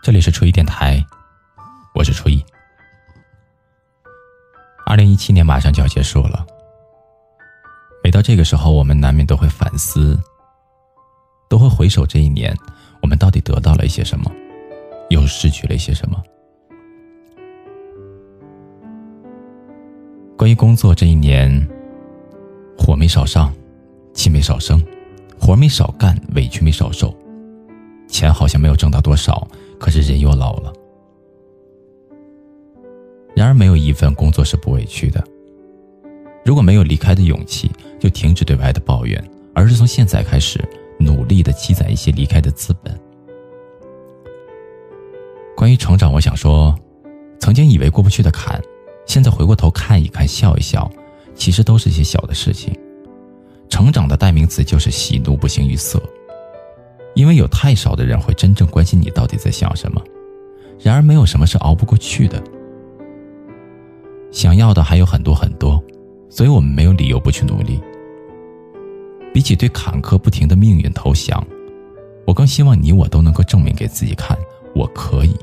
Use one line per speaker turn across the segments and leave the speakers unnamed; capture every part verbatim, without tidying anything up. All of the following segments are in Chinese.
这里是初一电台，我是初一。二零一七年马上就要结束了，每到这个时候，我们难免都会反思，都会回首这一年，我们到底得到了一些什么，又失去了一些什么。关于工作这一年，火没少上，气没少生，活没少干，委屈没少受，钱好像没有挣到多少，可是人又老了。然而没有一份工作是不委屈的，如果没有离开的勇气，就停止对外的抱怨，而是从现在开始努力地积攒一些离开的资本。关于成长，我想说，曾经以为过不去的坎，现在回过头看一看，笑一笑，其实都是一些小的事情。成长的代名词就是喜怒不形于色，因为有太少的人会真正关心你到底在想什么。然而没有什么是熬不过去的，想要的还有很多很多，所以我们没有理由不去努力。比起对坎坷不停的命运投降，我更希望你我都能够证明给自己看，我可以。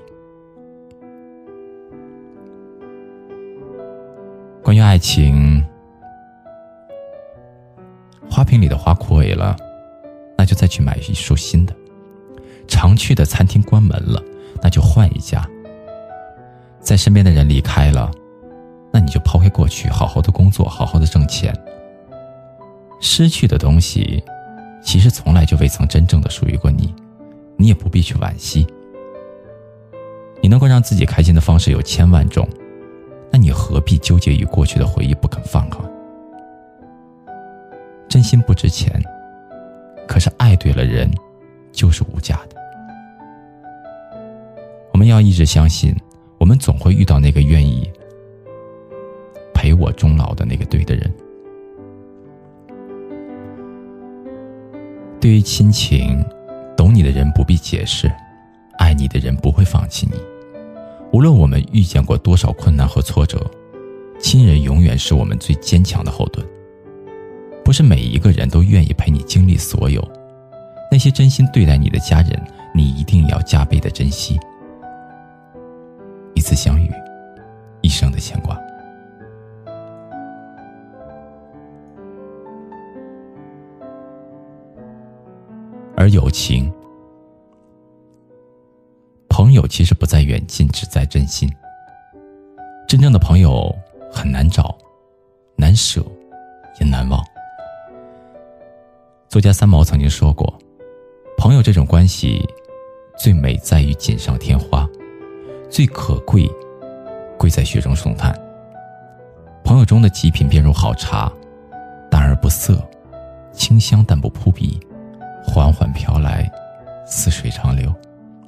关于爱情，花瓶里的花枯萎了，那就再去买一束新的。常去的餐厅关门了，那就换一家。在身边的人离开了，那你就抛开过去，好好的工作，好好的挣钱。失去的东西其实从来就未曾真正的属于过你，你也不必去惋惜。你能够让自己开心的方式有千万种，那你何必纠结于过去的回忆不肯放开？真心不值钱，可是爱对了人就是无价的。我们要一直相信，我们总会遇到那个愿意陪我终老的那个对的人。对于亲情，懂你的人不必解释，爱你的人不会放弃你。无论我们遇见过多少困难和挫折，亲人永远是我们最坚强的后盾。不是每一个人都愿意陪你经历所有，那些真心对待你的家人，你一定要加倍的珍惜。一次相遇，一生的牵挂。而友情，朋友其实不在远近，只在真心。真正的朋友很难找，难舍，也难忘。作家三毛曾经说过，朋友这种关系最美在于锦上添花，最可贵贵在雪中送炭。朋友中的极品便如好茶，淡而不涩，清香但不扑鼻，缓缓飘来，似水长流。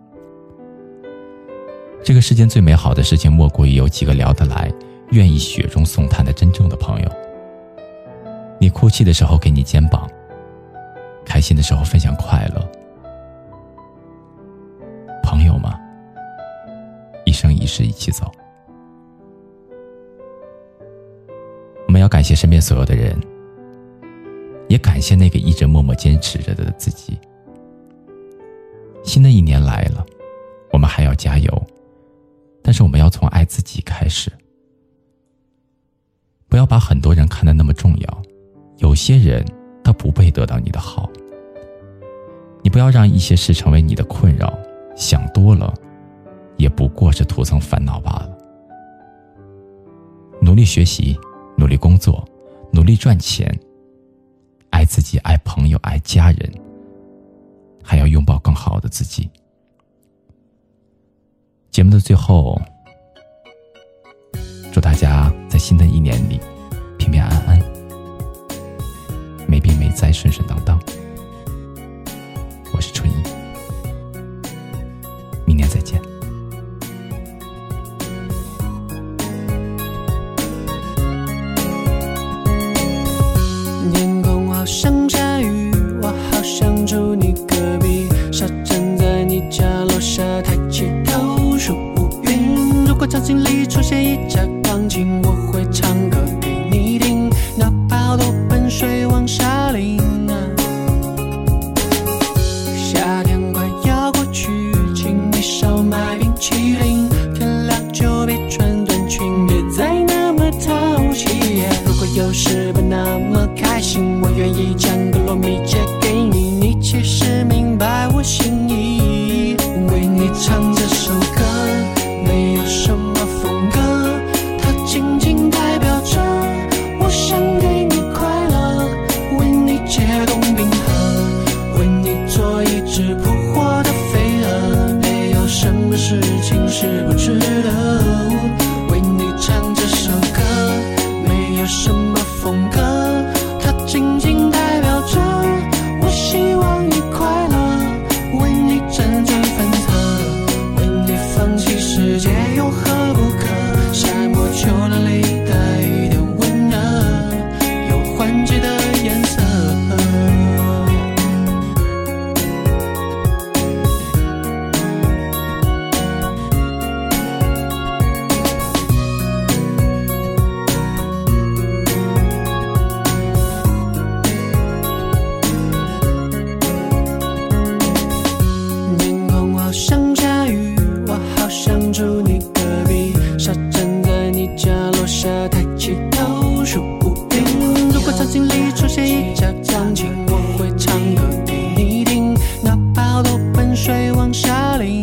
这个世间最美好的事情，莫过于有几个聊得来，愿意雪中送炭的真正的朋友。你哭泣的时候给你肩膀，开心的时候分享快乐。朋友嘛，一生一世一起走。我们要感谢身边所有的人，也感谢那个一直默默坚持着的自己。新的一年来了，我们还要加油，但是我们要从爱自己开始。不要把很多人看得那么重要，有些人他不配得到你的好。你不要让一些事成为你的困扰，想多了也不过是徒增烦恼罢了。努力学习，努力工作，努力赚钱，爱自己，爱朋友，爱家人，还要拥抱更好的自己。节目的最后，祝大家在新的一年里平平安安，没病没灾，顺顺当当。我是春一，明年再见。
天空好像下雨，我好想住你隔壁，沙站在你家楼下，抬起头数乌云。如果场景里出现一架钢琴，我会唱歌给你听，哪怕多盆水往下淋啊。 有时不那么开心，我愿意将个糯米借给你，你其实明白我心意。为你唱这首歌，没有什么风格，它仅仅代表着我想给你快乐，为你解冻冰河，为你做一只扑火的飞蛾，没有什么事情是不值得。为你唱这首歌，没有什么风格，它仅仅代表着我希望你快乐，为你辗转反侧，为你放弃世界有何不可？夏末秋凉里带一点温热，有缓解的颜色。天空好像下雨，我好想住你隔壁，沙站在你家楼下，抬起头数乌云。如果场景里出现一架钢琴，我会唱歌给你听，哪怕多盆水往下淋。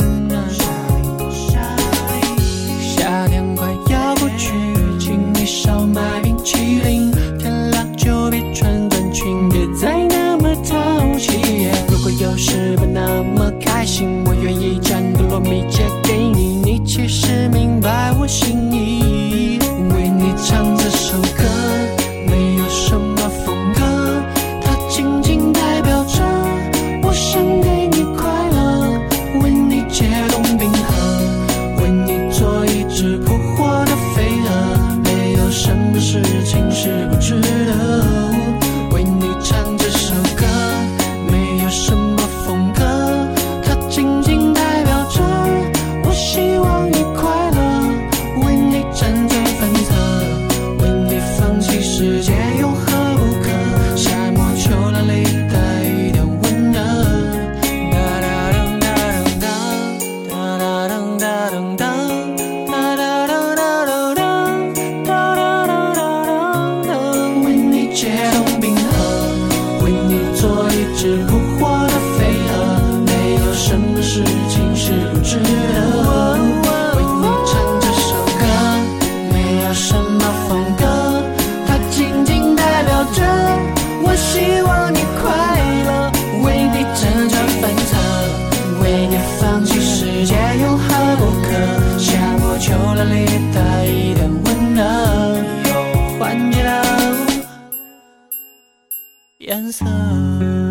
夏天快要过去，请你少买冰淇淋，天亮就别穿短裙，别再那么淘气。如果有时不那么开心，我愿意将个糯米借给你，你其实明白我心意。为你唱这首歌，没有什么风格，它仅仅代表着我想给你快乐，为你解冻冰河，为你做一只扑火的飞蛾，没有什么事情是不值得。为你唱这首歌，没有什么风格，它仅仅代表着我希望你快乐，为你辗转反侧，为你放弃世界有何不可？夏末秋凉里带一点温热。哒哒噔哒噔当，哒哒噔哒噔当，哒哒哒哒哒当，哒哒哒哒当。为你解冻冰河，为你做一只扑火的飞蛾，没有什么事情是不值得。为你唱这首歌，没有什么风格，它仅仅代表着我希望你快乐，为你辗转反侧，为你放弃世界有何不可？夏末秋凉里带一点温热，有缓解的颜色。